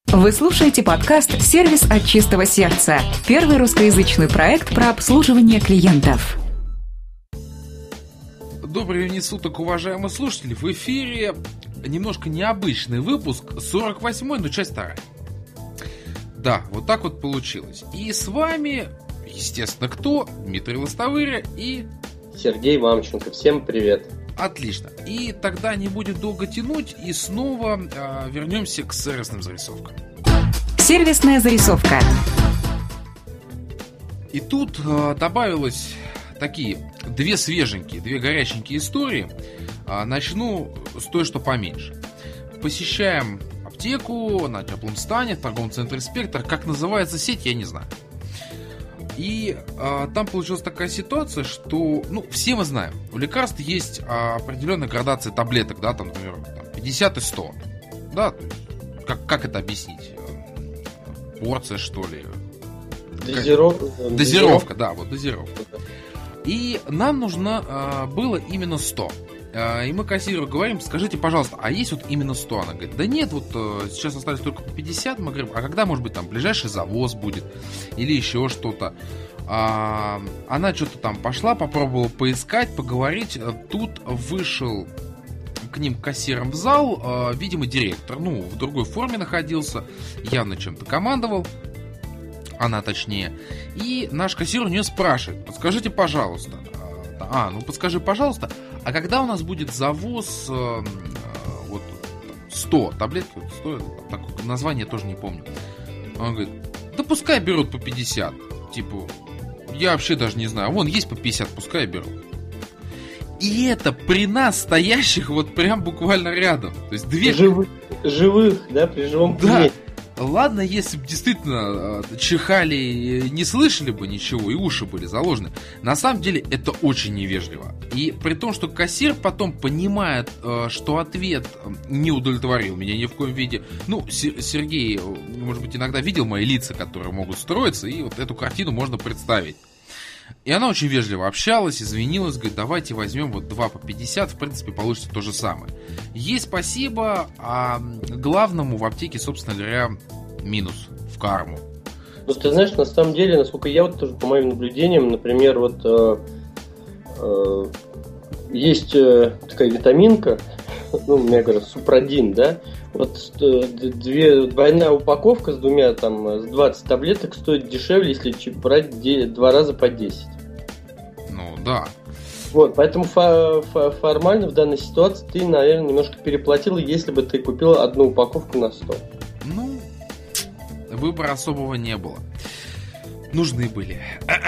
Вы слушаете подкаст «Сервис от чистого сердца». Первый русскоязычный проект про обслуживание клиентов. Добрый день суток, уважаемые слушатели. В эфире немножко необычный выпуск, 48-й, но часть вторая. Да, вот так вот получилось. И с вами, естественно, кто? Дмитрий Лостовыря и... Сергей Мамченко. Всем привет. Отлично. И тогда не будем долго тянуть и снова вернемся к сервисным зарисовкам. Сервисная зарисовка. И тут добавилось такие две свеженькие, две горяченькие истории. Начну с той, что поменьше. Посещаем аптеку на теплом стане, в торговом центре «Спектр». Как называется сеть, я не знаю. И там получилась такая ситуация, что, все мы знаем, у лекарств есть определенная градация таблеток, да, там, например, 50 и 100. Да, как это объяснить? Порция, что ли? Дозировка, да, вот дозировка. И нам нужно было именно 100. И мы кассиру говорим: скажите, пожалуйста, а есть вот именно 100? Она говорит: да нет, вот сейчас остались только по 50. Мы говорим: а когда, может быть, там ближайший завоз будет? Или еще что-то? Она что-то там пошла, попробовала поискать, поговорить. Тут вышел к ним кассиром в зал, видимо, директор, в другой форме находился, явно чем-то командовал, она точнее. И наш кассир у нее спрашивает: подскажите, пожалуйста, подскажи, пожалуйста, а когда у нас будет завоз 100 таблеток, 100, такое название тоже не помню. Он говорит: да пускай берут по 50. Типа, я вообще даже не знаю. Вон, есть по 50, пускай берут. И это при нас стоящих вот прям буквально рядом. То есть две... Живых, да, при живом клиенте. Да. Ладно, если бы действительно чихали, не слышали бы ничего, и уши были заложены. На самом деле это очень невежливо. И при том, что кассир потом понимает, что ответ не удовлетворил меня ни в коем виде. Сергей, может быть, иногда видел мои лица, которые могут строиться, и вот эту картину можно представить. И она очень вежливо общалась, извинилась, говорит: давайте возьмем вот 2 по 50, в принципе, получится то же самое. Ей спасибо, а главному в аптеке, собственно говоря, минус в карму. Ты знаешь, на самом деле, насколько я вот тоже по моим наблюдениям, например, есть такая витаминка, мне говорят, Супрадин, да? Вот двойная упаковка с 20 таблеток стоит дешевле, если брать 2 раза по 10. Да. Вот, поэтому формально в данной ситуации ты, наверное, немножко переплатил, если бы ты купил одну упаковку на 100. Выбора особого не было. Нужны были.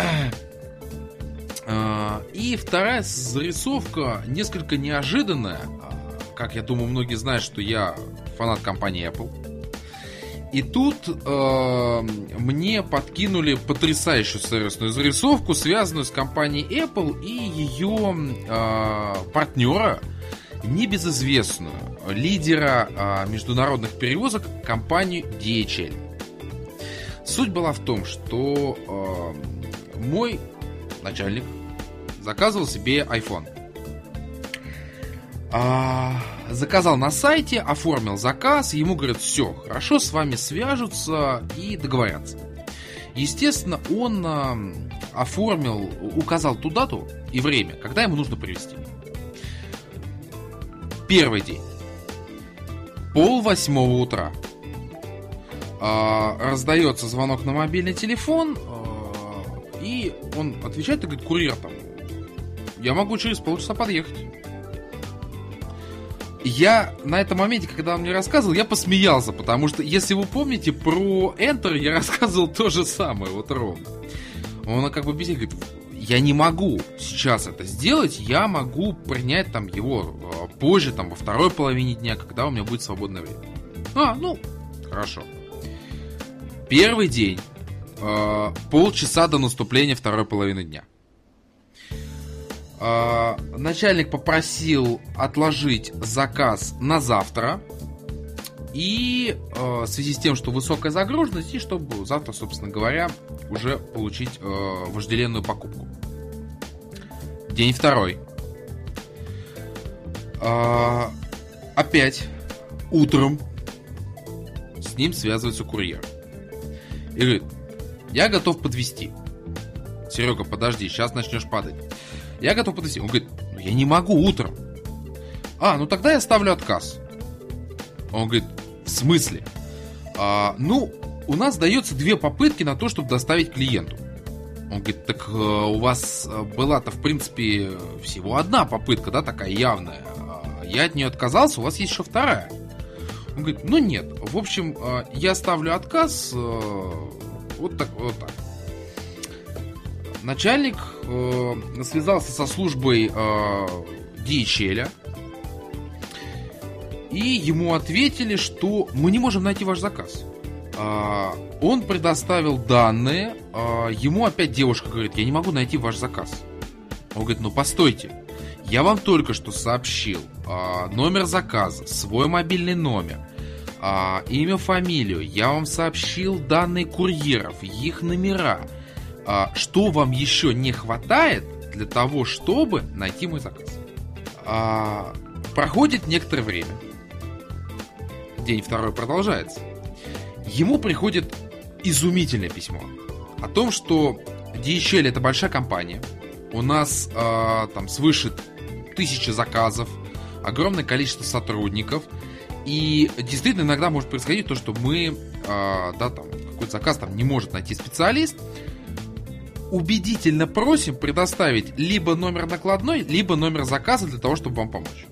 И вторая зарисовка несколько неожиданная. Как я думаю, многие знают, что я фанат компании Apple. И тут мне подкинули потрясающую сервисную зарисовку, связанную с компанией Apple и ее партнера, небезызвестную, лидера международных перевозок, компанию DHL. Суть была в том, что мой начальник заказывал себе iPhone. Заказал на сайте, оформил заказ, ему говорят: все, хорошо, с вами свяжутся и договорятся. Естественно, он указал ту дату и время, когда ему нужно привезти. Первый день. 7:30 утра. Раздается звонок на мобильный телефон, и он отвечает и говорит: курьер там, я могу через полчаса подъехать. Я на этом моменте, когда он мне рассказывал, я посмеялся, потому что, если вы помните, про Enter я рассказывал то же самое, вот ровно. Он как бы объяснил, говорит: я не могу сейчас это сделать, я могу принять там его позже, там во второй половине дня, когда у меня будет свободное время. Хорошо. Первый день, полчаса до наступления второй половины дня. Начальник попросил отложить заказ на завтра. И в связи с тем, что высокая загруженность, и чтобы завтра, собственно говоря, уже получить вожделенную покупку. День второй. Опять утром с ним связывается курьер. И говорит: я готов подвезти. Серега, подожди, сейчас начнешь падать. Я готов подвезти. Он говорит: ну, я не могу утром. Ну тогда я ставлю отказ. Он говорит: в смысле? У нас дается 2 попытки на то, чтобы доставить клиенту. Он говорит: так у вас была-то, в принципе, всего 1 попытка, да, такая явная. Я от нее отказался, у вас есть еще 2. Он говорит: ну нет. В общем, я ставлю отказ. Вот так. Начальник связался со службой DHL, и ему ответили, что мы не можем найти ваш заказ. Он предоставил данные, ему опять девушка говорит: я не могу найти ваш заказ. Он говорит: ну постойте, я вам только что сообщил номер заказа, свой мобильный номер, имя, фамилию, я вам сообщил данные курьеров, их номера. Что вам еще не хватает для того, чтобы найти мой заказ? Проходит некоторое время. День 2 продолжается. Ему приходит изумительное письмо о том, что DHL — это большая компания. У нас там свыше 1000 заказов, огромное количество сотрудников. И действительно иногда может происходить то, что мы, какой-то заказ там не может найти специалист. Убедительно просим предоставить либо номер накладной, либо номер заказа для того, чтобы вам помочь.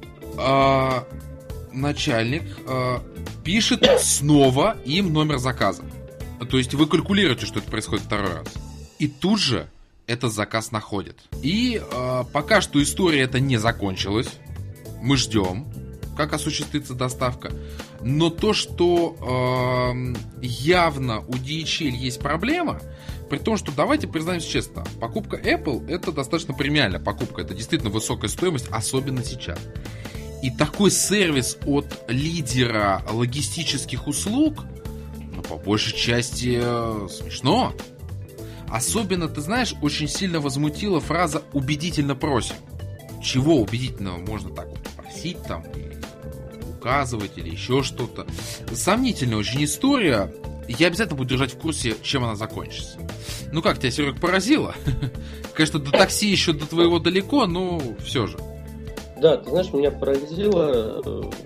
Начальник пишет снова им номер заказа. То есть вы калькулируете, что это происходит 2 раз. И тут же этот заказ находит. И пока что история эта не закончилась. Мы ждем, как осуществится доставка. Но то, что явно у DHL есть проблема, при том, что давайте признаемся честно, покупка Apple — это достаточно премиальная покупка. Это действительно высокая стоимость, особенно сейчас. И такой сервис от лидера логистических услуг, по большей части, смешно. Особенно, ты знаешь, очень сильно возмутила фраза «убедительно просим». Чего убедительного можно так вот просить там, указывать или еще что-то? Сомнительная очень история. Я обязательно буду держать в курсе, чем она закончится. Ну как, тебя, Серег, поразило? Конечно, до такси еще до твоего далеко, но все же. Да, ты знаешь, меня поразило,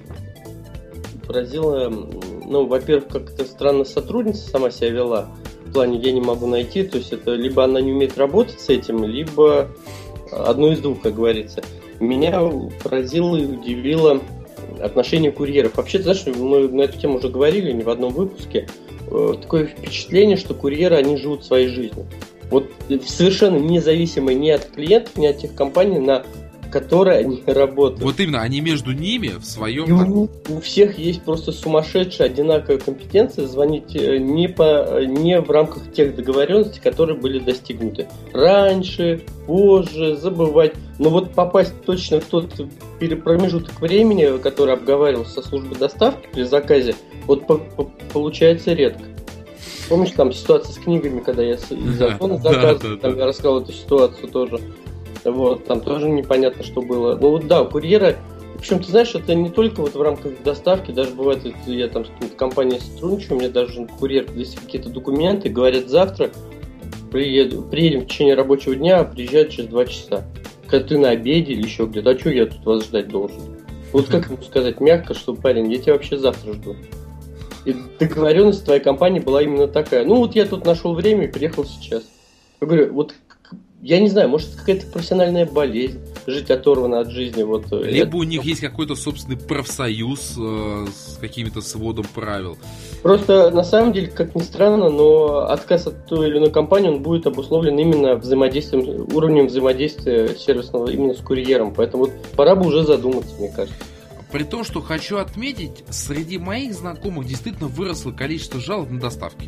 во-первых, как-то странно сотрудница сама себя вела, в плане «я не могу найти», то есть это либо она не умеет работать с этим, либо одно из двух, как говорится. Меня поразило и удивило отношение курьеров. Вообще, ты знаешь, мы на эту тему уже говорили не в одном выпуске, такое впечатление, что курьеры, они живут своей жизнью. Вот совершенно независимо ни от клиентов, ни от тех компаний, на которые они работают. Вот именно, они между ними в своем... У всех есть просто сумасшедшая одинаковая компетенция звонить не в рамках тех договоренностей, которые были достигнуты. Раньше, позже, забывать. Но вот попасть точно в тот промежуток времени, который обговаривался со службой доставки при заказе, вот получается редко. Помнишь, там ситуация с книгами, когда я из Антона заказывал, там я рассказал эту ситуацию тоже. Вот, там тоже непонятно, что было. Ну вот да, курьера, причем, ты знаешь, это не только вот в рамках доставки, даже бывает, я там с какой-то компанией сотрудничаю, у меня даже курьер, если какие-то документы, говорят, завтра приедем в течение рабочего дня, а приезжают через 2 часа. Когда ты на обеде или еще где-то, а что я тут вас ждать должен? Вот как ему сказать мягко, что, парень, я тебя вообще завтра жду. И договоренность твоей компании была именно такая. Ну вот я тут нашел время и приехал сейчас. Я говорю, вот я не знаю, может, это какая-то профессиональная болезнь, жить оторвано от жизни. Вот, либо у них есть какой-то собственный профсоюз с каким-то сводом правил. Просто, на самом деле, как ни странно, но отказ от той или иной компании, он будет обусловлен именно уровнем взаимодействия сервисного именно с курьером. Поэтому вот пора бы уже задуматься, мне кажется. При том, что хочу отметить, среди моих знакомых действительно выросло количество жалоб на доставки.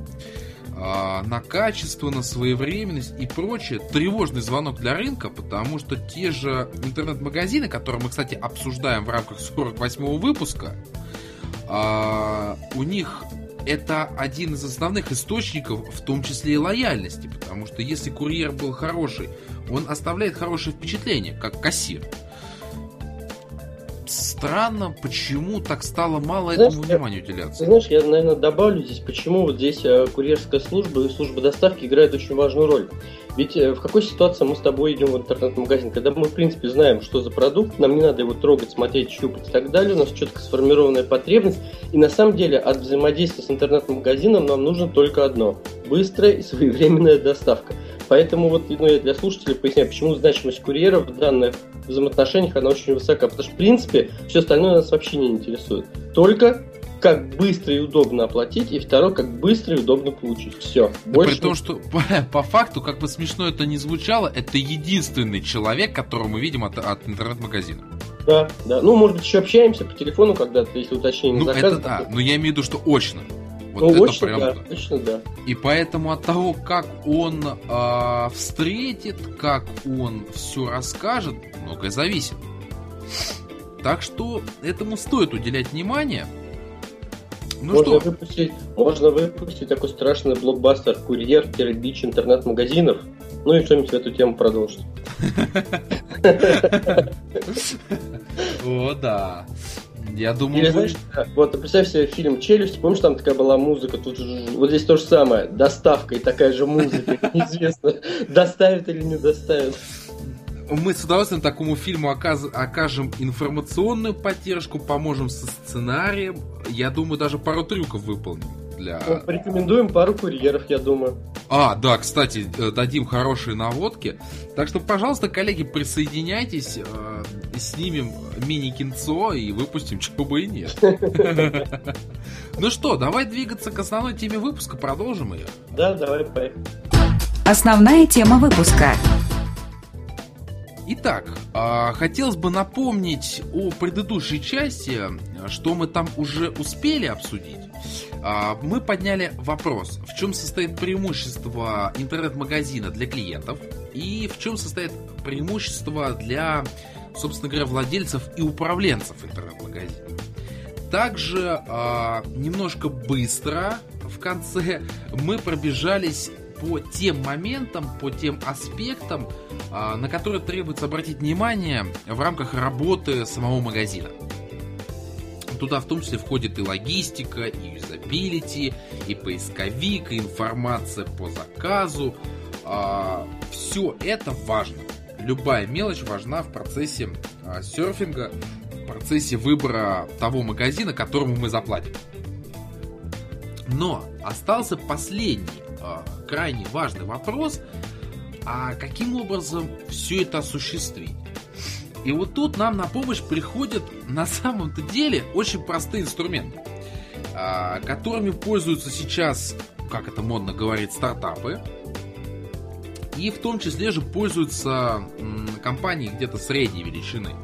На качество, на своевременность и прочее. Тревожный звонок для рынка, потому что те же интернет-магазины, которые мы, кстати, обсуждаем в рамках 48-го выпуска, у них это один из основных источников, в том числе и лояльности, потому что если курьер был хороший, он оставляет хорошее впечатление, как кассир. странно, почему так стало мало этому внимания уделяться. Ты знаешь, я, наверное, добавлю здесь, почему вот здесь курьерская служба и служба доставки играют очень важную роль. Ведь в какой ситуации мы с тобой идем в интернет-магазин, когда мы, в принципе, знаем, что за продукт, нам не надо его трогать, смотреть, щупать и так далее, у нас четко сформированная потребность, и на самом деле от взаимодействия с интернет-магазином нам нужно только одно – быстрая и своевременная доставка. Поэтому вот, я для слушателей поясняю, почему значимость курьера в данных взаимоотношениях, она очень высока, потому что, в принципе, все остальное нас вообще не интересует. Только как быстро и удобно оплатить, и второе, как быстро и удобно получить. Все. Больше... При том, что по факту, как бы смешно это ни звучало, это единственный человек, которого мы видим от интернет-магазина. Да. Ну, может быть, еще общаемся по телефону когда-то, если уточнение заказа. Это да, но я имею в виду, что очно. Вот это очно, прям... да, точно, да. И поэтому от того, как он встретит, как он все расскажет, многое зависит. Так что этому стоит уделять внимание. Можно выпустить такой страшный блокбастер «Курьер-бич интернет-магазинов». Ну и что-нибудь в эту тему продолжить. О, да. Я думаю... Или, знаешь, вот представь себе фильм «Челюсть», помнишь, там такая была музыка, тут же, вот здесь то же самое, доставка и такая же музыка, неизвестно, доставят или не доставят. Мы с удовольствием такому фильму окажем информационную поддержку, поможем со сценарием. Я думаю, даже пару трюков выполним. Порекомендуем пару курьеров, я думаю. Да, кстати, дадим хорошие наводки. Так что, пожалуйста, коллеги, присоединяйтесь, снимем мини-кинцо и выпустим, чего бы и нет. Ну что, давай двигаться к основной теме выпуска, продолжим ее. Да, давай, поехали. Основная тема выпуска. Итак, хотелось бы напомнить о предыдущей части, что мы там уже успели обсудить. Мы подняли вопрос, в чем состоит преимущество интернет-магазина для клиентов и в чем состоит преимущество для, собственно говоря, владельцев и управленцев интернет-магазина. Также немножко быстро в конце мы пробежались по тем моментам, по тем аспектам, на которые требуется обратить внимание в рамках работы самого магазина. Туда в том числе входит и логистика, и юзабилити, и поисковик, и информация по заказу. Все это важно. Любая мелочь важна в процессе серфинга, в процессе выбора того магазина, которому мы заплатим. Но остался последний, крайне важный вопрос, а каким образом все это осуществить? И вот тут нам на помощь приходят на самом-то деле очень простые инструменты, которыми пользуются сейчас, как это модно говорить, стартапы. И в том числе же пользуются компании где-то средней величины.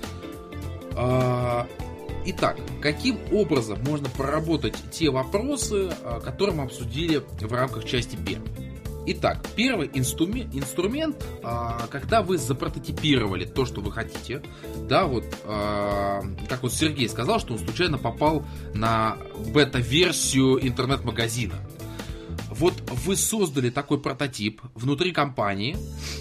Итак, каким образом можно проработать те вопросы, которые мы обсудили в рамках части первой? Итак, первый инструмент, когда вы запрототипировали то, что вы хотите, да, вот, как вот Сергей сказал, что он случайно попал на бета-версию интернет-магазина. Вот вы создали такой прототип внутри компании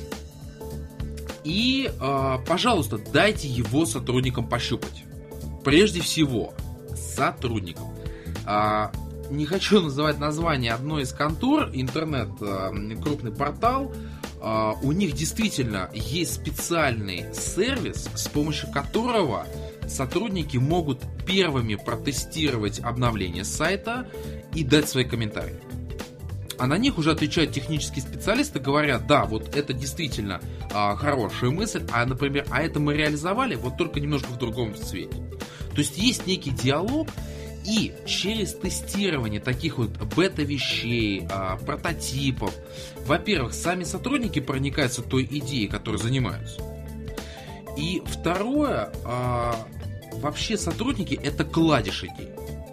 и, пожалуйста, дайте его сотрудникам пощупать. Прежде всего, сотрудникам. Не хочу называть название одной из контор, интернет, крупный портал. У них действительно есть специальный сервис, с помощью которого сотрудники могут первыми протестировать обновление сайта и дать свои комментарии. А на них уже отвечают технические специалисты, говорят, да, вот это действительно хорошая мысль, например, это мы реализовали, вот только немножко в другом цвете. То есть есть некий диалог, и через тестирование таких вот бета-вещей, прототипов, во-первых, сами сотрудники проникаются той идеей, которой занимаются. И второе, вообще сотрудники — это кладезь идей.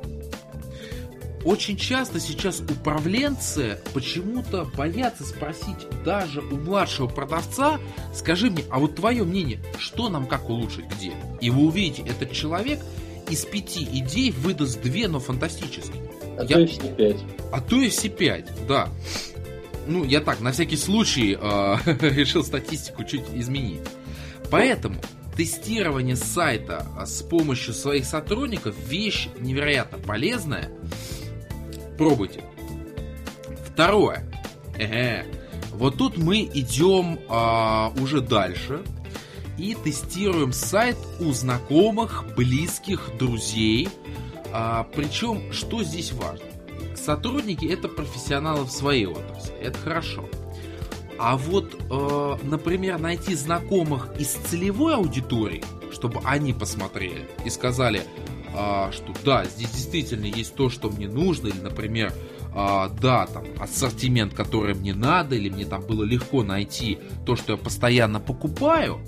Очень часто сейчас управленцы почему-то боятся спросить даже у младшего продавца: скажи мне, а вот твое мнение, что нам как улучшить, где? И вы увидите, этот человек из 5 идей выдаст 2, но фантастические. То и все 5. А то и все 5, да. Ну, я так, на всякий случай решил статистику чуть изменить. Поэтому тестирование сайта с помощью своих сотрудников вещь невероятно полезная. Пробуйте. Второе. Вот тут мы идем уже дальше и тестируем сайт у знакомых, близких, друзей. Причем, что здесь важно? Сотрудники — это профессионалы в своей отрасли, это хорошо. А вот, например, найти знакомых из целевой аудитории, чтобы они посмотрели и сказали, что да, здесь действительно есть то, что мне нужно, или, например, да, там, ассортимент, который мне надо, или мне там было легко найти то, что я постоянно покупаю,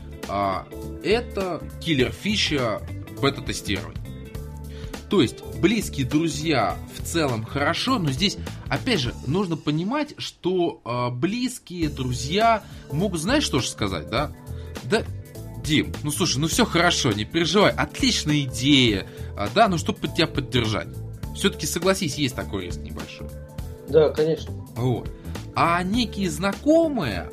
это киллер-фича бета-тестирования. То есть, близкие друзья в целом хорошо, но здесь, опять же, нужно понимать, что близкие друзья могут, знаешь, что же сказать, да? Да, Дим, ну слушай, ну все хорошо, не переживай, отличная идея, да, ну чтобы тебя поддержать. Все-таки, согласись, есть такой риск небольшой. Да, конечно. Вот. А некие знакомые,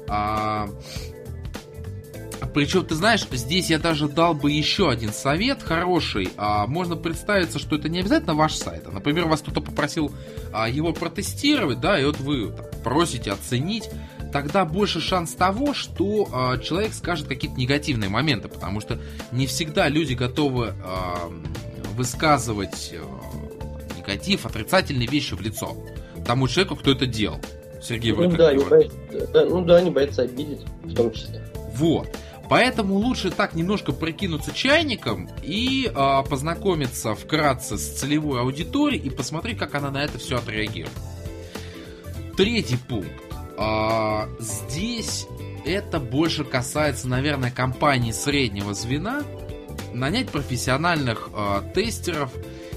причем, ты знаешь, здесь я даже дал бы еще один совет хороший. Можно представиться, что это не обязательно ваш сайт. Например, вас кто-то попросил его протестировать, да, и вот вы там просите оценить. Тогда больше шанс того, что человек скажет какие-то негативные моменты, потому что не всегда люди готовы высказывать негатив, отрицательные вещи в лицо тому человеку, кто это делал. Сергей, вы как говорите? Они боятся обидеть, в том числе. Вот. Поэтому лучше так немножко прикинуться чайником и познакомиться вкратце с целевой аудиторией и посмотреть, как она на это все отреагирует. Третий пункт. Здесь это больше касается, наверное, компаний среднего звена. Нанять профессиональных тестеров,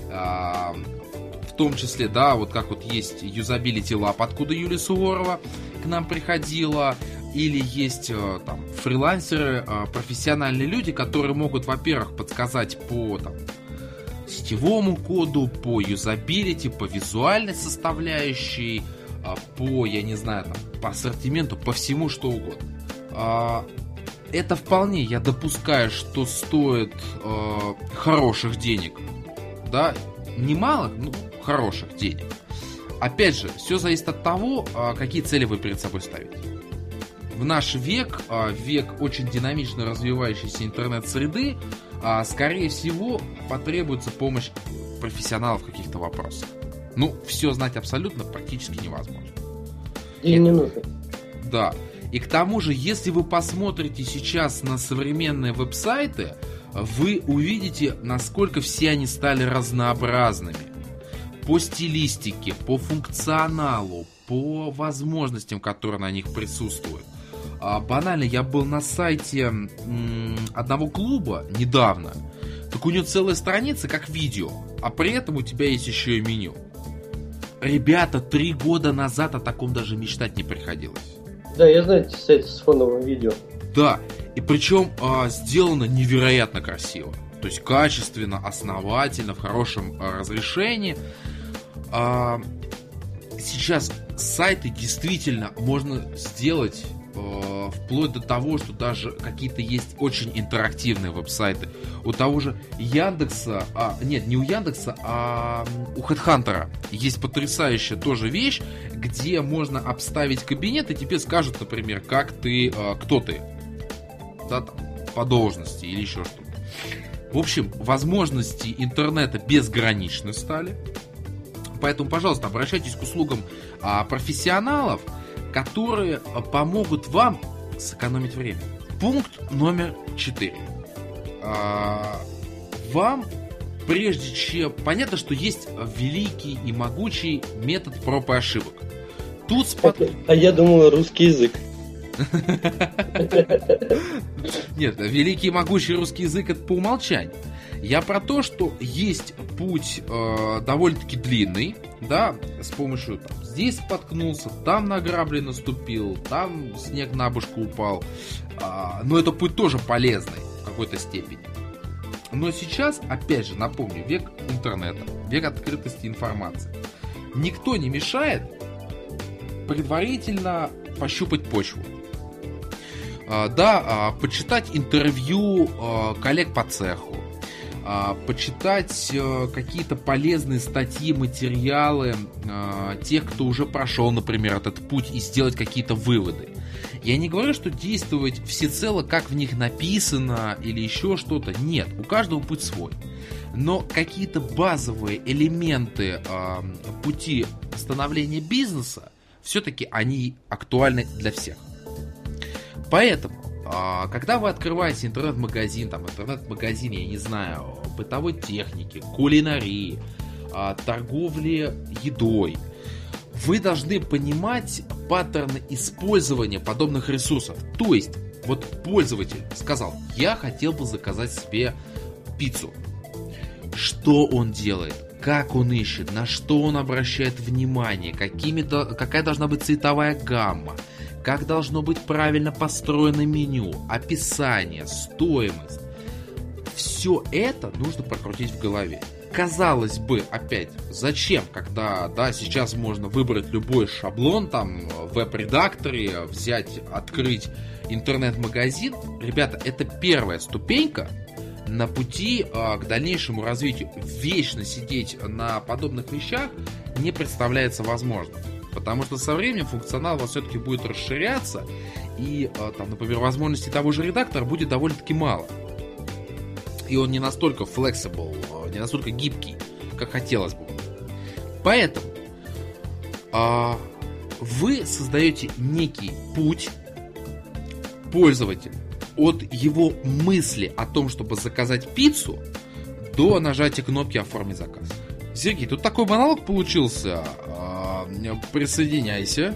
в том числе, да, вот как вот есть Usability Lab, откуда Юлия Суворова к нам приходила, или есть там фрилансеры, профессиональные люди, которые могут, во-первых, подсказать по там сетевому коду, по юзабилити, по визуальной составляющей, по, я не знаю, там, по ассортименту, по всему что угодно. Это вполне, я допускаю, что стоит хороших денег, да, не малых, но хороших денег. Опять же, все зависит от того, какие цели вы перед собой ставите. В наш век, век очень динамично развивающейся интернет-среды, скорее всего, потребуется помощь профессионалов в каких-то вопросах. Ну, все знать абсолютно практически невозможно. И не нужно. Да. И к тому же, если вы посмотрите сейчас на современные веб-сайты, вы увидите, насколько все они стали разнообразными. По стилистике, по функционалу, по возможностям, которые на них присутствуют. Банально, я был на сайте одного клуба недавно. Так у него целая страница как видео, а при этом у тебя есть еще и меню. Ребята, 3 года назад о таком даже мечтать не приходилось. Да, я знаю эти сайты с фоновым видео. Да, и причем сделано невероятно красиво. То есть качественно, основательно, в хорошем разрешении. Сейчас сайты действительно можно сделать вплоть до того, что даже какие-то есть очень интерактивные веб-сайты. У того же Яндекса, нет, не у Яндекса, а у HeadHunter есть потрясающая тоже вещь, где можно обставить кабинет, и тебе скажут, например, как ты, кто ты, да, там, по должности или еще что-то. В общем, возможности интернета безграничны стали. Поэтому, пожалуйста, обращайтесь к услугам профессионалов, которые помогут вам сэкономить время. Пункт номер 4. Вам, прежде чем... Понятно, что есть великий и могучий метод проб и ошибок. Тут А я думал, русский язык. Нет, великий и могучий русский язык — это по умолчанию. Я про то, что есть путь довольно-таки длинный, да, с помощью там, здесь споткнулся, там на грабли наступил, там снег на башку упал, но это путь тоже полезный в какой-то степени. Но сейчас, опять же, напомню, век интернета, век открытости информации. Никто не мешает предварительно пощупать почву. почитать интервью коллег по цеху, почитать какие-то полезные статьи, материалы тех, кто уже прошел, например, этот путь, и сделать какие-то выводы. Я не говорю, что действовать всецело, как в них написано, или еще что-то. Нет, у каждого путь свой. Но какие-то базовые элементы пути становления бизнеса, все-таки они актуальны для всех. Поэтому, когда вы открываете интернет-магазин, я не знаю, бытовой техники, кулинарии, торговли едой, вы должны понимать паттерны использования подобных ресурсов. То есть, вот пользователь сказал: я хотел бы заказать себе пиццу. Что он делает? Как он ищет? На что он обращает внимание? Какая должна быть цветовая гамма? Как должно быть правильно построено меню? Описание, стоимость. Все это нужно прокрутить в голове. Казалось бы, опять, зачем, когда, сейчас можно выбрать любой шаблон, в веб-редакторе, взять, открыть интернет-магазин. Ребята, это первая ступенька на пути к дальнейшему развитию. Вечно сидеть на подобных вещах не представляется возможным. Потому что со временем функционал у вас все-таки будет расширяться, и, например, возможностей того же редактора будет довольно-таки мало. И он не настолько flexible, не настолько гибкий, как хотелось бы. Поэтому вы создаете некий путь пользователя от его мысли о том, чтобы заказать пиццу, до нажатия кнопки «Оформить заказ». Сергей, тут такой монолог получился. Присоединяйся.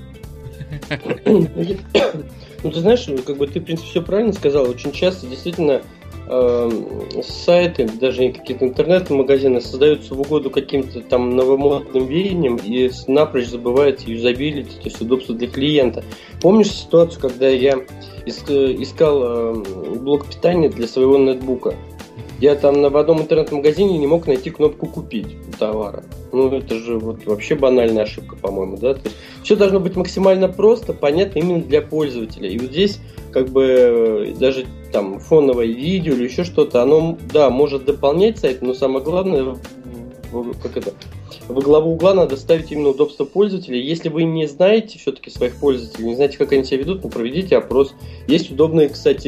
Ну, ты знаешь, ты, в принципе, все правильно сказал. Очень часто, действительно, сайты, даже какие-то интернет-магазины создаются в угоду каким-то там новомодным веяниям и напрочь забывается юзабилити, то есть удобство для клиента. Помнишь ситуацию, когда я искал блок питания для своего ноутбука? Я в одном интернет-магазине не мог найти кнопку «Купить» товара. Это же вообще банальная ошибка, по-моему, да? То есть все должно быть максимально просто, понятно именно для пользователя. И вот здесь даже фоновое видео или еще что-то, оно, может дополнять сайт, но самое главное, во главу угла надо ставить именно удобство пользователя. Если вы не знаете все-таки своих пользователей, не знаете, как они себя ведут, проведите опрос. Есть удобные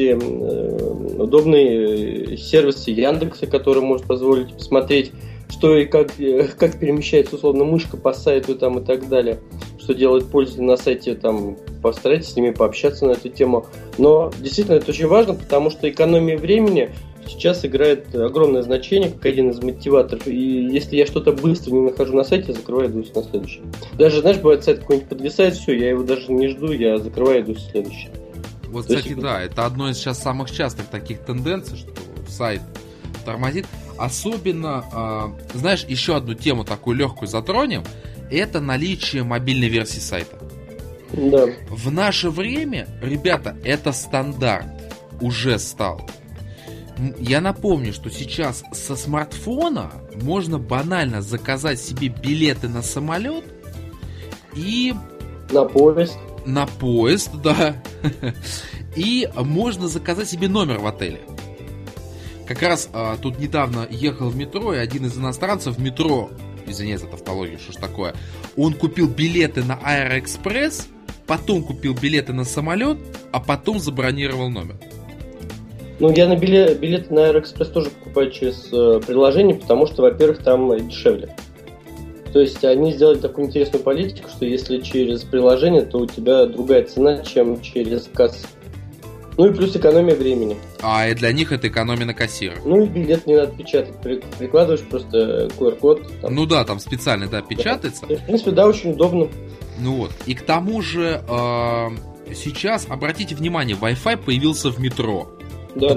сервисы Яндекса, которые может позволить посмотреть, что и как перемещается условно мышка по сайту и так далее, что делает пользователь на сайте, постарайтесь с ними пообщаться на эту тему. Но действительно это очень важно, потому что экономия времени сейчас играет огромное значение, как один из мотиваторов. И если я что-то быстро не нахожу на сайте, я закрываю и иду на следующий. Даже, бывает, сайт какой-нибудь подвисает, все, я его даже не жду, я закрываю и иду на следующий. Вот, кстати, это одно из сейчас самых частых таких тенденций, что сайт тормозит. Особенно, знаешь, еще одну тему такую легкую затронем, это наличие мобильной версии сайта. Да. В наше время, ребята, это стандарт уже стал. Я напомню, что сейчас со смартфона можно банально заказать себе билеты на самолет и... На поезд. На поезд, да. И можно заказать себе номер в отеле. Как раз тут недавно ехал в метро, и один из иностранцев в метро, извиняюсь за тавтологию, что ж такое, он купил билеты на Аэроэкспресс, потом купил билеты на самолет, а потом забронировал номер. Я на билеты на Аэроэкспресс тоже покупаю через приложение, потому что, во-первых, там дешевле. То есть они сделали такую интересную политику, что если через приложение, то у тебя другая цена, чем через кассу. И плюс экономия времени. И для них это экономия на кассирах. И билет не надо печатать. Прикладываешь просто QR-код. Там специально, печатается. Да. В принципе, очень удобно. И к тому же сейчас, обратите внимание, Wi-Fi появился в метро. Да,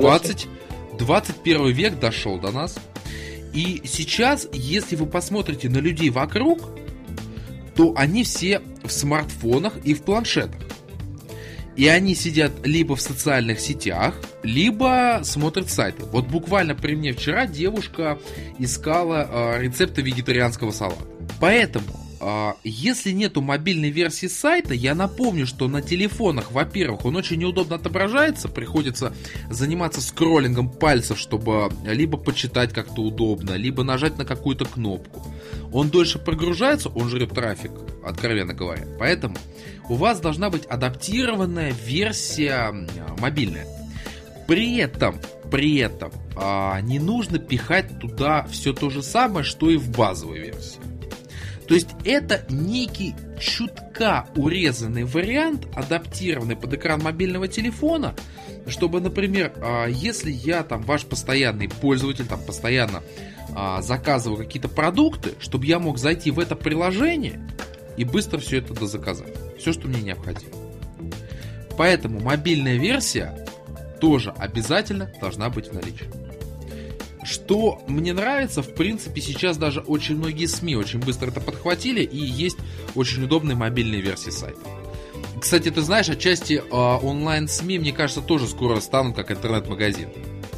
21 век дошел до нас. И сейчас, если вы посмотрите на людей вокруг, то они все в смартфонах и в планшетах. И они сидят либо в социальных сетях, либо смотрят сайты. Вот буквально при мне вчера девушка искала рецепты вегетарианского салата. Поэтому Если нету мобильной версии сайта, я напомню, что на телефонах, во-первых, он очень неудобно отображается, приходится заниматься скроллингом пальцев, чтобы либо почитать как-то удобно, либо нажать на какую-то кнопку. Он дольше прогружается, он жрет трафик, откровенно говоря. Поэтому у вас должна быть адаптированная версия мобильная. При этом не нужно пихать туда все то же самое, что и в базовой версии. То есть это некий чутка урезанный вариант, адаптированный под экран мобильного телефона, чтобы, например, если я там ваш постоянный пользователь, там постоянно заказываю какие-то продукты, чтобы я мог зайти в это приложение и быстро все это дозаказать. Все, что мне необходимо. Поэтому мобильная версия тоже обязательно должна быть в наличии. Что мне нравится, в принципе, сейчас даже очень многие СМИ очень быстро это подхватили, и есть очень удобные мобильные версии сайта. Кстати, ты знаешь, отчасти онлайн-СМИ, мне кажется, тоже скоро станут как интернет-магазин.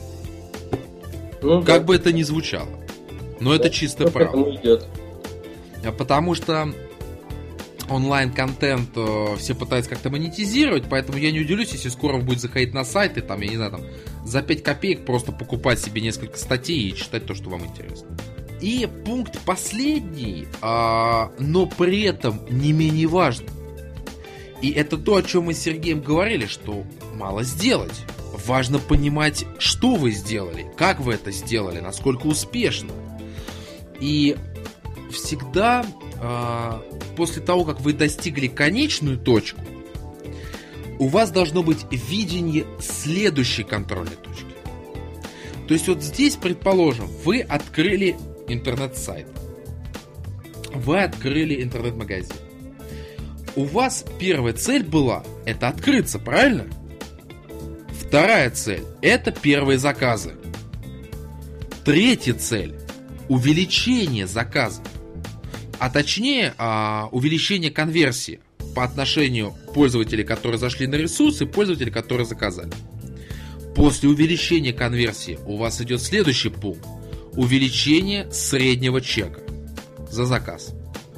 Ну, как бы это ни звучало. Но это чистая правда. Потому что онлайн-контент все пытаются как-то монетизировать, поэтому я не удивлюсь, если скоро он будет заходить на сайт и там, я не знаю, там за 5 копеек просто покупать себе несколько статей и читать то, что вам интересно. И пункт последний, но при этом не менее важный. И это то, о чем мы с Сергеем говорили, что мало сделать. Важно понимать, что вы сделали, как вы это сделали, насколько успешно. И всегда после того, как вы достигли конечную точку, у вас должно быть видение следующей контрольной точки. То есть вот здесь, предположим, вы открыли интернет-сайт, вы открыли интернет-магазин. У вас первая цель была – это открыться, правильно? Вторая цель – это первые заказы. Третья цель – увеличение заказов. А точнее, увеличение конверсии по отношению пользователей, которые зашли на ресурс, и пользователей, которые заказали. После увеличения конверсии у вас идет следующий пункт. Увеличение среднего чека за заказ.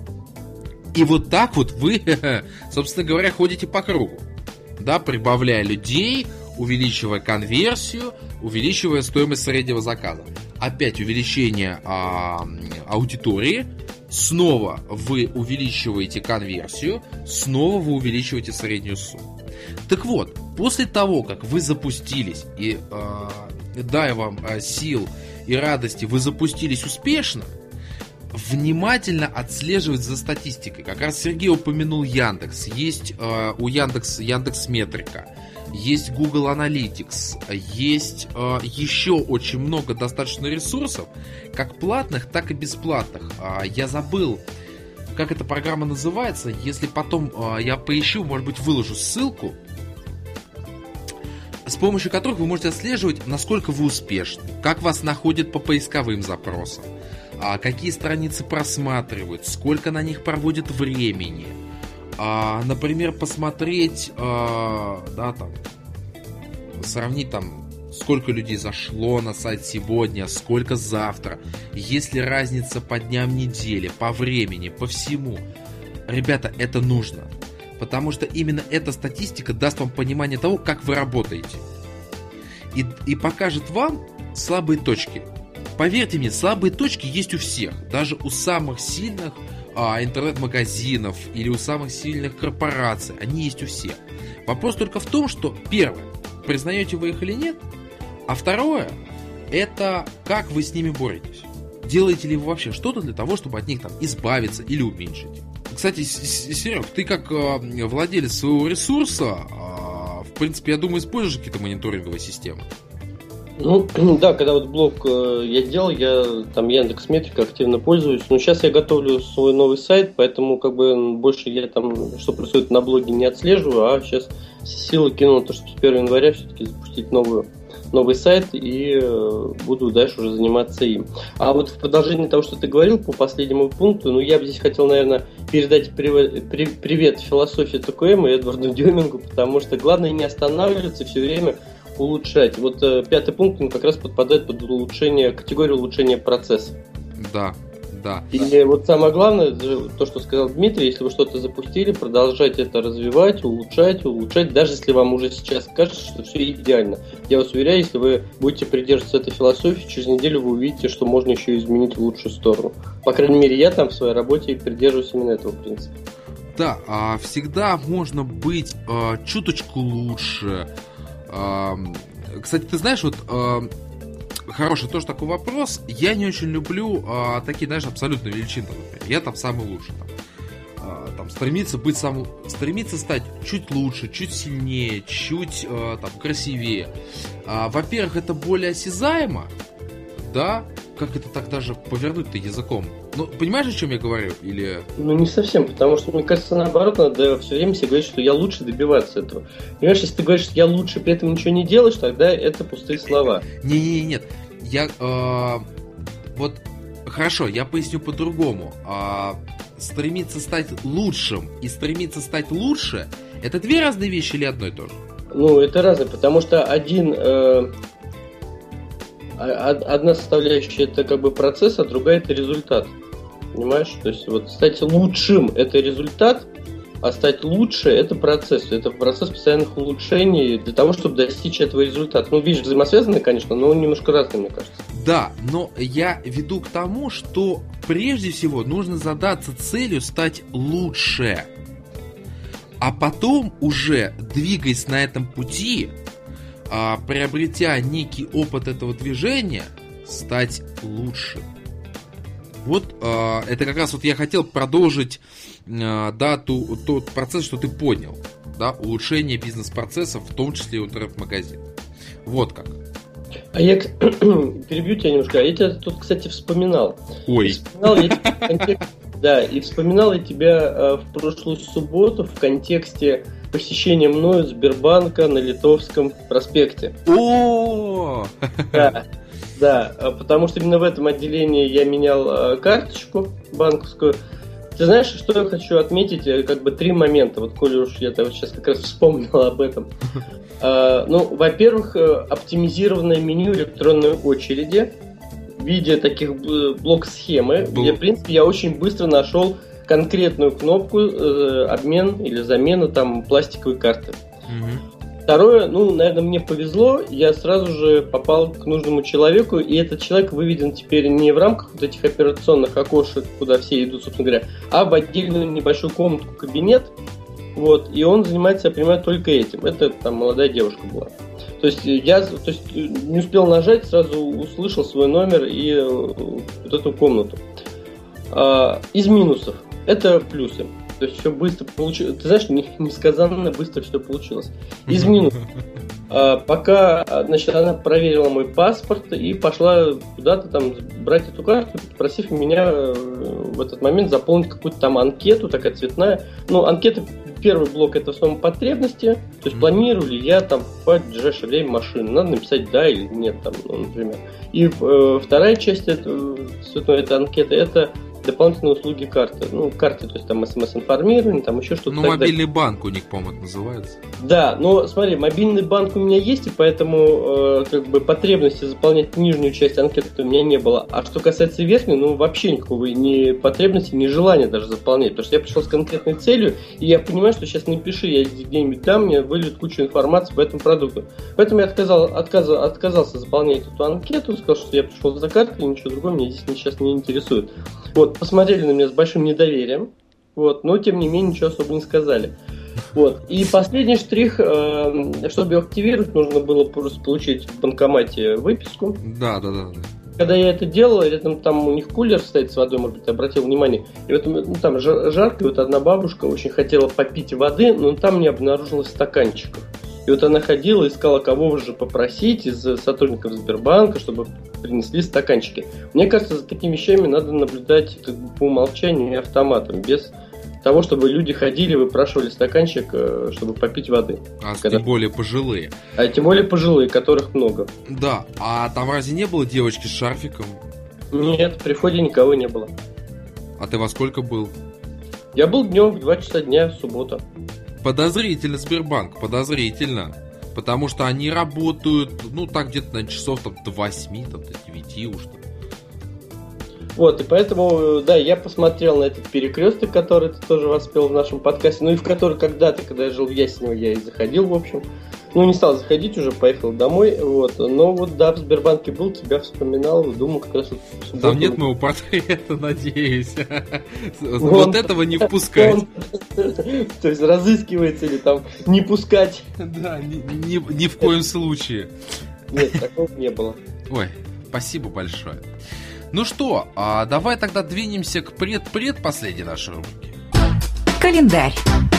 И вот так вот вы, собственно говоря, ходите по кругу. Да, прибавляя людей, увеличивая конверсию, увеличивая стоимость среднего заказа. Опять увеличение аудитории. Снова вы увеличиваете конверсию, снова вы увеличиваете среднюю сумму. Так вот, после того, как вы запустились, и дай вам сил и радости, вы запустились успешно, внимательно отслеживать за статистикой. Как раз Сергей упомянул Яндекс. Есть у Яндекс.Метрика, есть Google Analytics, есть еще очень много достаточно ресурсов, как платных, так и бесплатных. Я забыл, как эта программа называется. Если потом я поищу, может быть, выложу ссылку, с помощью которых вы можете отслеживать, насколько вы успешны, как вас находят по поисковым запросам, какие страницы просматривают, сколько на них проводят времени. Например, посмотреть, да, там, сравнить там, сколько людей зашло на сайт сегодня, сколько завтра, есть ли разница по дням недели, по времени, по всему. Ребята, это нужно, потому что именно эта статистика даст вам понимание того, как вы работаете, и покажет вам слабые точки. Поверьте мне, слабые точки есть у всех, даже у самых сильных интернет-магазинов или у самых сильных корпораций. Они есть у всех. Вопрос только в том, что первое, признаете вы их или нет, а второе, это как вы с ними боретесь. Делаете ли вы вообще что-то для того, чтобы от них там избавиться или уменьшить. Кстати, Серег, ты как владелец своего ресурса, в принципе, я думаю, используешь какие-то мониторинговые системы. Ну, да, когда вот блог я делал, я там Яндекс.Метрика активно пользуюсь. Но сейчас я готовлю свой новый сайт, поэтому как бы больше я там, что происходит на блоге, не отслеживаю, а сейчас силы кинул то, что с 1 января все-таки запустить новый сайт, и буду дальше уже заниматься им. А вот в продолжении того, что ты говорил по последнему пункту, я бы здесь хотел, наверное, передать привет философии ТКМ и Эдварду Демингу, потому что главное не останавливаться, все время улучшать. Вот 5-й пункт, он как раз подпадает под категорию улучшения процесса. Да, Да. И вот самое главное, то, что сказал Дмитрий, если вы что-то запустили, продолжайте это развивать, улучшать, даже если вам уже сейчас кажется, что все идеально. Я вас уверяю, если вы будете придерживаться этой философии, через неделю вы увидите, что можно еще изменить в лучшую сторону. По крайней мере, я там в своей работе придерживаюсь именно этого принципа. Да, всегда можно быть чуточку лучше. Кстати, ты знаешь, вот хороший тоже такой вопрос. Я не очень люблю такие, знаешь, абсолютные величины. Например. Я там самый лучший. Там стремиться стать чуть лучше, чуть сильнее, чуть там красивее. Во-первых, это более осязаемо, да? Как это так даже повернуть-то языком? Ну, понимаешь, о чем я говорю? Или... Ну, не совсем, потому что, мне кажется, наоборот, надо все время себе говорить, что я лучше добиваться этого. Понимаешь, если ты говоришь, что я лучше, при этом ничего не делаешь, тогда это пустые слова. Нет. Я... вот, хорошо, я поясню по-другому. Стремиться стать лучшим и стремиться стать лучше, это две разные вещи или одно и то же? Ну, это разное, потому что одна составляющая это как бы процесс, а другая это результат. Понимаешь? То есть вот стать лучшим это результат, а стать лучше это процесс. Это процесс постоянных улучшений для того, чтобы достичь этого результата. Ну, видишь, взаимосвязаны, конечно, но немножко разные, мне кажется. Да, но я веду к тому, что прежде всего нужно задаться целью стать лучше. А потом уже, двигаясь на этом пути, приобретя некий опыт этого движения, стать лучше. Вот это как раз вот я хотел продолжить тот процесс, что ты поднял, да, улучшение бизнес-процессов, в том числе и интернет-магазин. Вот как. А я перебью тебя немножко. Я тебя тут, кстати, вспоминал. Ой. Вспоминал я тебя в прошлую субботу в контексте посещения мною Сбербанка на Литовском проспекте. О! Да, потому что именно в этом отделении я менял карточку банковскую. Ты знаешь, что я хочу отметить? Как бы 3 момента. Вот, коли уж я сейчас как раз вспомнил об этом. Во-первых, оптимизированное меню электронной очереди в виде таких блок-схемы, где, в принципе, я очень быстро нашел конкретную кнопку обмен или замена там пластиковой карты. Второе, наверное, мне повезло, я сразу же попал к нужному человеку, и этот человек выведен теперь не в рамках вот этих операционных окошек, куда все идут, собственно говоря, а в отдельную небольшую комнатку, кабинет, вот, и он занимается, я понимаю, только этим. Это там молодая девушка была. То есть я не успел нажать, сразу услышал свой номер и вот эту комнату. Из минусов это плюсы. То есть все быстро получилось. Ты знаешь, несказанно быстро все получилось. Из минусов. Пока, значит, она проверила мой паспорт и пошла куда-то там брать эту карту, попросив меня в этот момент заполнить какую-то там анкету, такая цветная. Анкета, первый блок, это в основном потребности. То есть планирую ли я там покупать в ближайшее время машину. Надо написать да или нет, там, например. И вторая часть этой анкеты, это дополнительные услуги карты. Карты, то есть там смс-информирование, там еще что-то. Мобильный банк у них, по-моему, это называется. Да, но смотри, мобильный банк у меня есть, и поэтому потребности заполнять нижнюю часть анкеты у меня не было. А что касается верхней, вообще никакого ни потребности, ни желания даже заполнять. Потому что я пришел с конкретной целью, и я понимаю, что сейчас напиши, я где-нибудь там, мне выльют кучу информации по этому продукту. Поэтому я отказался заполнять эту анкету, сказал, что я пришел за картой, и ничего другого меня здесь сейчас не интересует. Вот, посмотрели на меня с большим недоверием, вот, но тем не менее ничего особо не сказали. Вот. И последний штрих, чтобы ее активировать, нужно было просто получить в банкомате выписку. Да. Когда я это делал, там у них кулер стоит с водой, может быть, ты обратил внимание. И вот там жарко, и вот одна бабушка очень хотела попить воды, но там не обнаружилось стаканчиков. И вот она ходила, искала, кого же попросить из сотрудников Сбербанка, чтобы принесли стаканчики. Мне кажется, за такими вещами надо наблюдать по умолчанию и автоматом, без того, чтобы люди ходили, выпрашивали стаканчик, чтобы попить воды. Тем более пожилые. Тем более пожилые, которых много. Да, а там разве не было девочки с шарфиком? Нет, при входе никого не было. А ты во сколько был? Я был днем в 2 часа дня, суббота. Подозрительно Сбербанк, подозрительно. Потому что они работают, так где-то на часов до 8, до 9 уж. Вот, и поэтому, да, я посмотрел на этот перекресток, который ты тоже воспел в нашем подкасте, ну и в который когда-то, когда я жил в Ясенево, я и заходил, в общем. Ну, не стал заходить уже, поехал домой, вот. Но вот, да, в Сбербанке был, тебя вспоминал, думал, как раз вот в субботу... Там нет моего портрета, надеюсь. Вот этого не впускать. То есть разыскивается или там не пускать. Да, ни в коем случае. Нет, такого не было. Ой, спасибо большое. Ну что, давай тогда двинемся к предпоследней нашей рубрике. Календарь.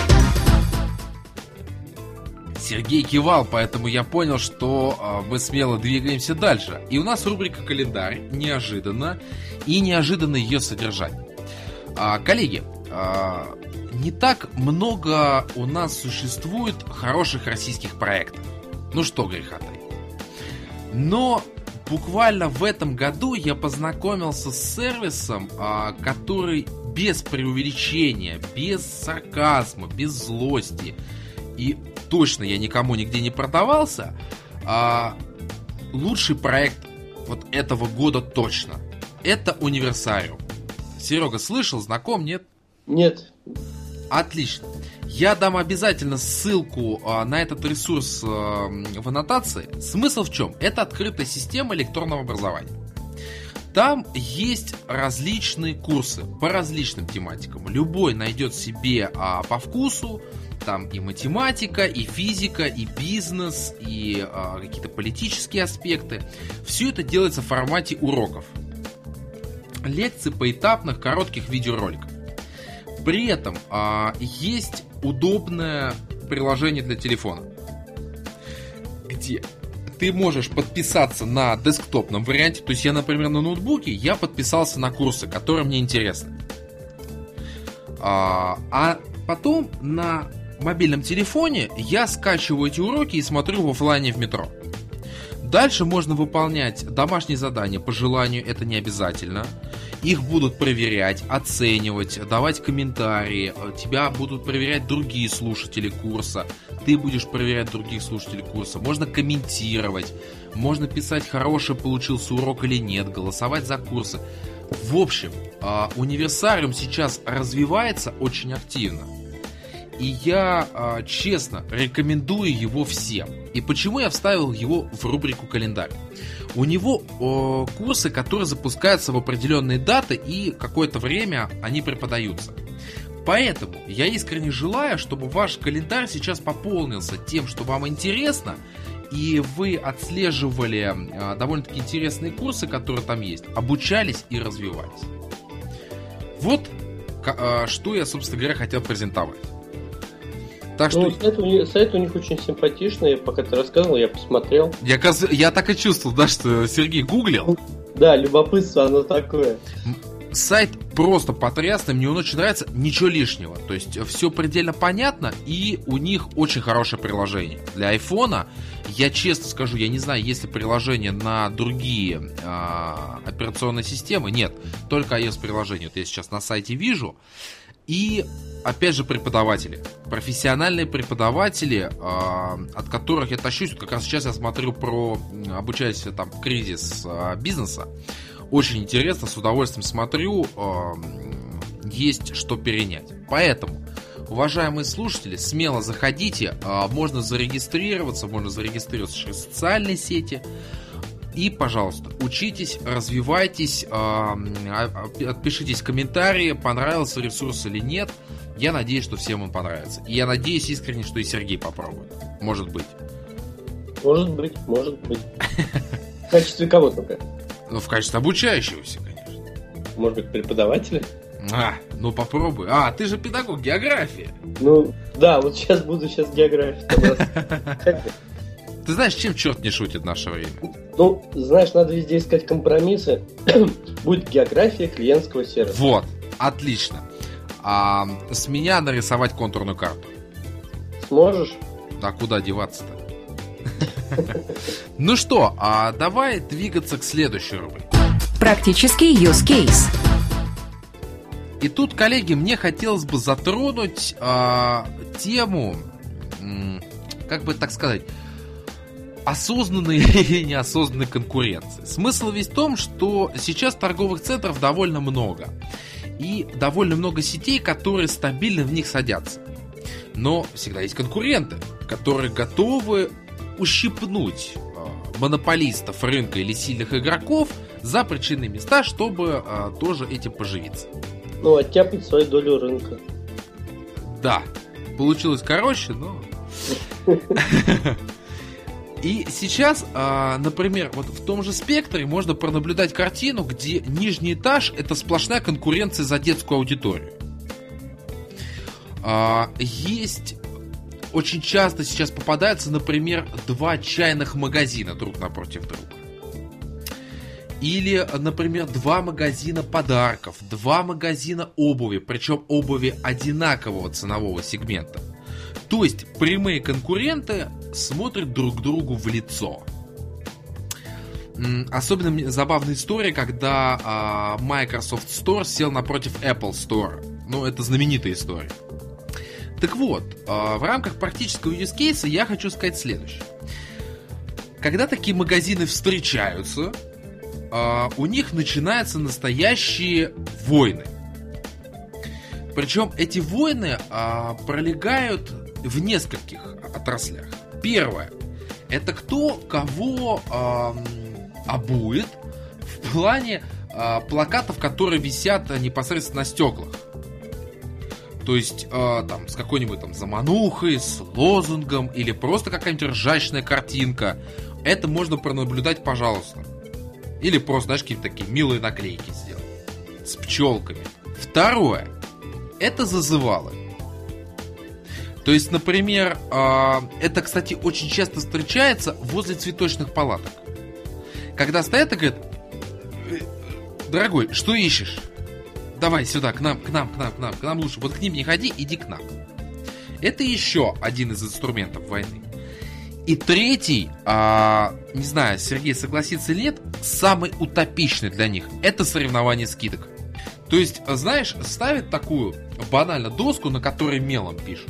Сергей кивал, поэтому я понял, что мы смело двигаемся дальше. И у нас рубрика «Календарь». Неожиданно. И неожиданно ее содержание. Коллеги, не так много у нас существует хороших российских проектов. Ну что греха таить. Но буквально в этом году я познакомился с сервисом, который без преувеличения, без сарказма, без злости, и точно я никому нигде не продавался, лучший проект вот этого года точно. Это Универсариум. Серега, слышал, знаком, нет? Нет. Отлично. Я дам обязательно ссылку на этот ресурс в аннотации. Смысл в чем? Это открытая система электронного образования. Там есть различные курсы по различным тематикам. Любой найдет себе по вкусу. Там и математика, и физика, и бизнес, и какие-то политические аспекты. Все это делается в формате уроков. Лекций поэтапных, коротких видеороликов. При этом есть удобное приложение для телефона, где ты можешь подписаться на десктопном варианте. То есть я, например, на ноутбуке я подписался на курсы, которые мне интересны. А потом на мобильном телефоне я скачиваю эти уроки и смотрю в офлайне в метро. Дальше можно выполнять домашние задания по желанию, это не обязательно. Их будут проверять, оценивать, давать комментарии. Тебя будут проверять другие слушатели курса. Ты будешь проверять других слушателей курса. Можно комментировать. Можно писать, хороший получился урок или нет. Голосовать за курсы. В общем, Универсариум сейчас развивается очень активно. И я, честно, рекомендую его всем. И почему я вставил его в рубрику «Календарь»? У него курсы, которые запускаются в определенные даты, и какое-то время они преподаются. Поэтому я искренне желаю, чтобы ваш календарь сейчас пополнился тем, что вам интересно, и вы отслеживали довольно-таки интересные курсы, которые там есть, обучались и развивались. Вот что я, собственно говоря, хотел презентовать. Так что... сайт у них очень симпатичный. Пока ты рассказывал, я посмотрел. Я так и чувствовал, да, что Сергей гуглил. Да, любопытство, оно такое. Сайт просто потрясный, мне он очень нравится, ничего лишнего. То есть все предельно понятно, и у них очень хорошее приложение. Для айфона, я честно скажу, я не знаю, есть ли приложение на другие операционные системы. Нет, только iOS-приложение. Вот я сейчас на сайте вижу. И, опять же, преподаватели. Профессиональные преподаватели, от которых я тащусь. Вот как раз сейчас я смотрю обучаюсь там в кризис бизнеса. Очень интересно, с удовольствием смотрю. Есть что перенять. Поэтому, уважаемые слушатели, смело заходите. Можно зарегистрироваться через социальные сети. И, пожалуйста, учитесь, развивайтесь, отпишитесь в комментарии, понравился ресурс или нет. Я надеюсь, что всем он понравится. И я надеюсь искренне, что и Сергей попробует. Может быть. Может быть. В качестве кого только? Ну, в качестве обучающегося, конечно. Может быть, преподавателя? Ну попробуй. Ты же педагог, география. Ну, да, вот сейчас буду географию. Ты знаешь, чем черт не шутит в наше время? Ну, знаешь, надо везде искать компромиссы. Будет география клиентского сервиса. Вот, отлично. С меня нарисовать контурную карту. Сможешь? Да куда деваться-то? Ну что, давай двигаться к следующей рубрике. Практический use case. И тут, коллеги, мне хотелось бы затронуть тему, как бы так сказать, осознанной или неосознанной конкуренции. Смысл весь в том, что сейчас торговых центров довольно много. И довольно много сетей, которые стабильно в них садятся. Но всегда есть конкуренты, которые готовы ущипнуть монополистов рынка или сильных игроков за причинные места, чтобы тоже этим поживиться. Ну, оттяпать свою долю рынка. Да, получилось короче, но... И сейчас, например, вот в том же «Спектре» можно пронаблюдать картину, где нижний этаж — это сплошная конкуренция за детскую аудиторию. Есть... Очень часто сейчас попадаются, например, 2 чайных магазина друг напротив друга. Или, например, 2 магазина подарков, 2 магазина обуви, причем обуви одинакового ценового сегмента. То есть прямые конкуренты смотрят друг другу в лицо. Особенно забавная история, когда Microsoft Store сел напротив Apple Store. Ну, это знаменитая история. Так вот, в рамках практического use case я хочу сказать следующее. Когда такие магазины встречаются, у них начинаются настоящие войны. Причем эти войны пролегают в нескольких отраслях. Первое. Это кто кого обует в плане плакатов, которые висят непосредственно на стеклах. То есть, там, с какой-нибудь там заманухой, с лозунгом, или просто какая-нибудь ржачная картинка. Это можно пронаблюдать, пожалуйста. Или просто, знаешь, какие-то такие милые наклейки сделать. С пчелками. Второе. Это зазывалы. То есть, например, это, кстати, очень часто встречается возле цветочных палаток. Когда стоят и говорят: дорогой, что ищешь? Давай сюда, к нам лучше. Вот к ним не ходи, иди к нам. Это еще один из инструментов войны. И третий, не знаю, Сергей согласится или нет, самый утопичный для них — это соревнование скидок. То есть, знаешь, ставят такую банально доску, на которой мелом пишут.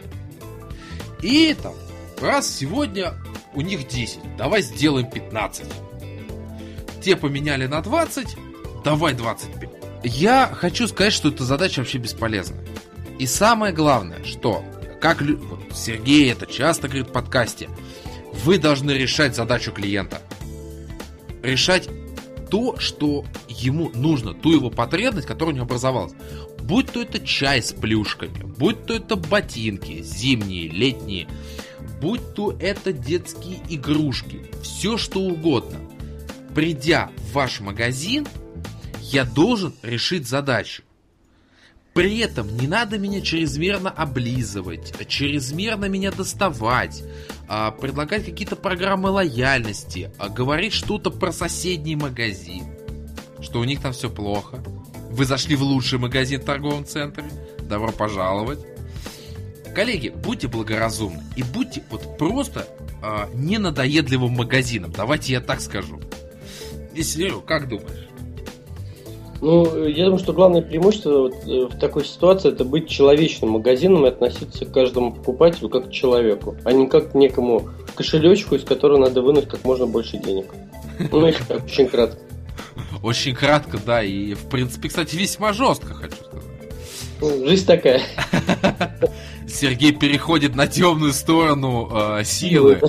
И там, раз сегодня у них 10, давай сделаем 15. Те поменяли на 20, давай 25. Я хочу сказать, что эта задача вообще бесполезна. И самое главное, что, как вот Сергей это часто говорит в подкасте, вы должны решать задачу клиента. Решать то, что ему нужно, ту его потребность, которая у него образовалась. Будь то это чай с плюшками, будь то это ботинки, зимние, летние, будь то это детские игрушки, все что угодно. Придя в ваш магазин, я должен решить задачу. При этом не надо меня чрезмерно облизывать, чрезмерно меня доставать, предлагать какие-то программы лояльности, говорить что-то про соседний магазин, что у них там все плохо. Вы зашли в лучший магазин в торговом центре, добро пожаловать. Коллеги, будьте благоразумны и будьте вот просто ненадоедливым магазином, давайте я так скажу. И Серега, как думаешь? Ну, я думаю, что главное преимущество в такой ситуации — это быть человечным магазином и относиться к каждому покупателю как к человеку, а не как к некому кошелечку, из которого надо вынуть как можно больше денег. Ну, если так, очень кратко. Очень кратко, да, и в принципе, кстати, весьма жестко, хочу сказать. Жизнь такая. Сергей переходит на темную сторону силы.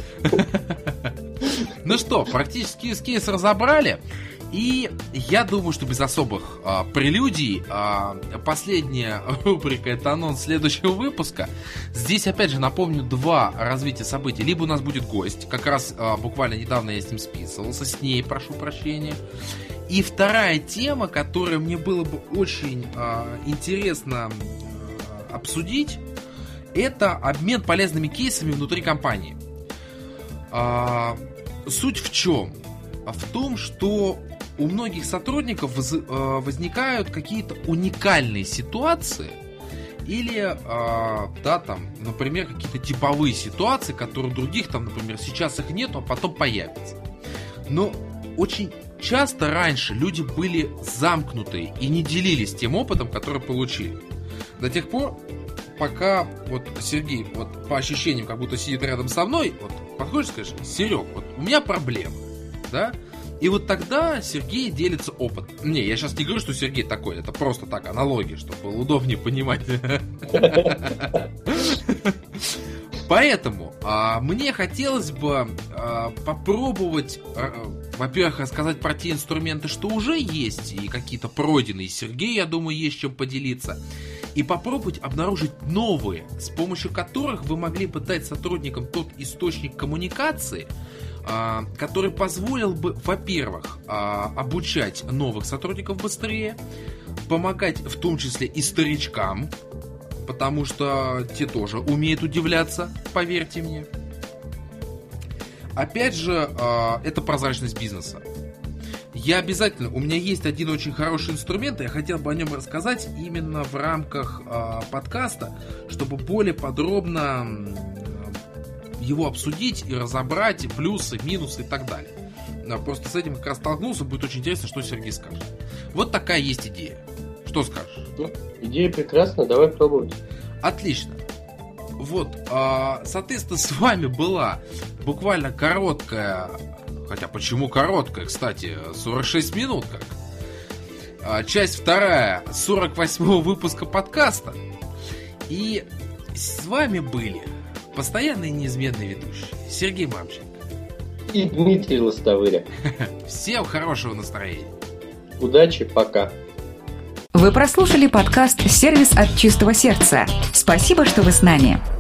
Ну что, практически кейс разобрали. И я думаю, что без особых прелюдий последняя рубрика — это анонс следующего выпуска. Здесь, опять же, напомню, 2 развития событий. Либо у нас будет гость, как раз буквально недавно я с ним списывался, с ней, прошу прощения. И вторая тема, которую мне было бы очень интересно обсудить, это обмен полезными кейсами внутри компании. Суть в чем? В том, что у многих сотрудников возникают какие-то уникальные ситуации или, да, там, например, какие-то типовые ситуации, которые у других, там, например, сейчас их нету, а потом появятся. Но очень часто раньше люди были замкнутые и не делились тем опытом, который получили. До тех пор, пока вот Сергей вот по ощущениям как будто сидит рядом со мной, вот подходишь и скажешь: Серег, вот у меня проблема, да? И вот тогда Сергей делится опытом. Не, я сейчас не говорю, что Сергей такой, это просто так, аналогия, чтобы было удобнее понимать. Поэтому мне хотелось бы попробовать, во-первых, рассказать про те инструменты, что уже есть, и какие-то пройденные. Сергей, я думаю, есть чем поделиться. И попробовать обнаружить новые, с помощью которых вы могли бы дать сотрудникам тот источник коммуникации, который позволил бы, во-первых, обучать новых сотрудников быстрее, помогать в том числе и старичкам, потому что те тоже умеют удивляться, поверьте мне. Опять же, это прозрачность бизнеса. Я обязательно, у меня есть один очень хороший инструмент, я хотел бы о нем рассказать именно в рамках подкаста, чтобы более подробно его обсудить и разобрать, и плюсы, минусы и так далее. Просто с этим как раз столкнулся, будет очень интересно, что Сергей скажет. Вот такая есть идея. Что скажешь? Идея прекрасна, давай пробовать. Отлично. Вот, соответственно, с вами была буквально короткая, хотя почему короткая, кстати, 46 минут как. Часть вторая 48-го выпуска подкаста. И с вами были постоянные и неизменные ведущие Сергей Мамченко и Дмитрий Лостовыря. Всем хорошего настроения. Удачи, пока. Вы прослушали подкаст «Сервис от чистого сердца». Спасибо, что вы с нами.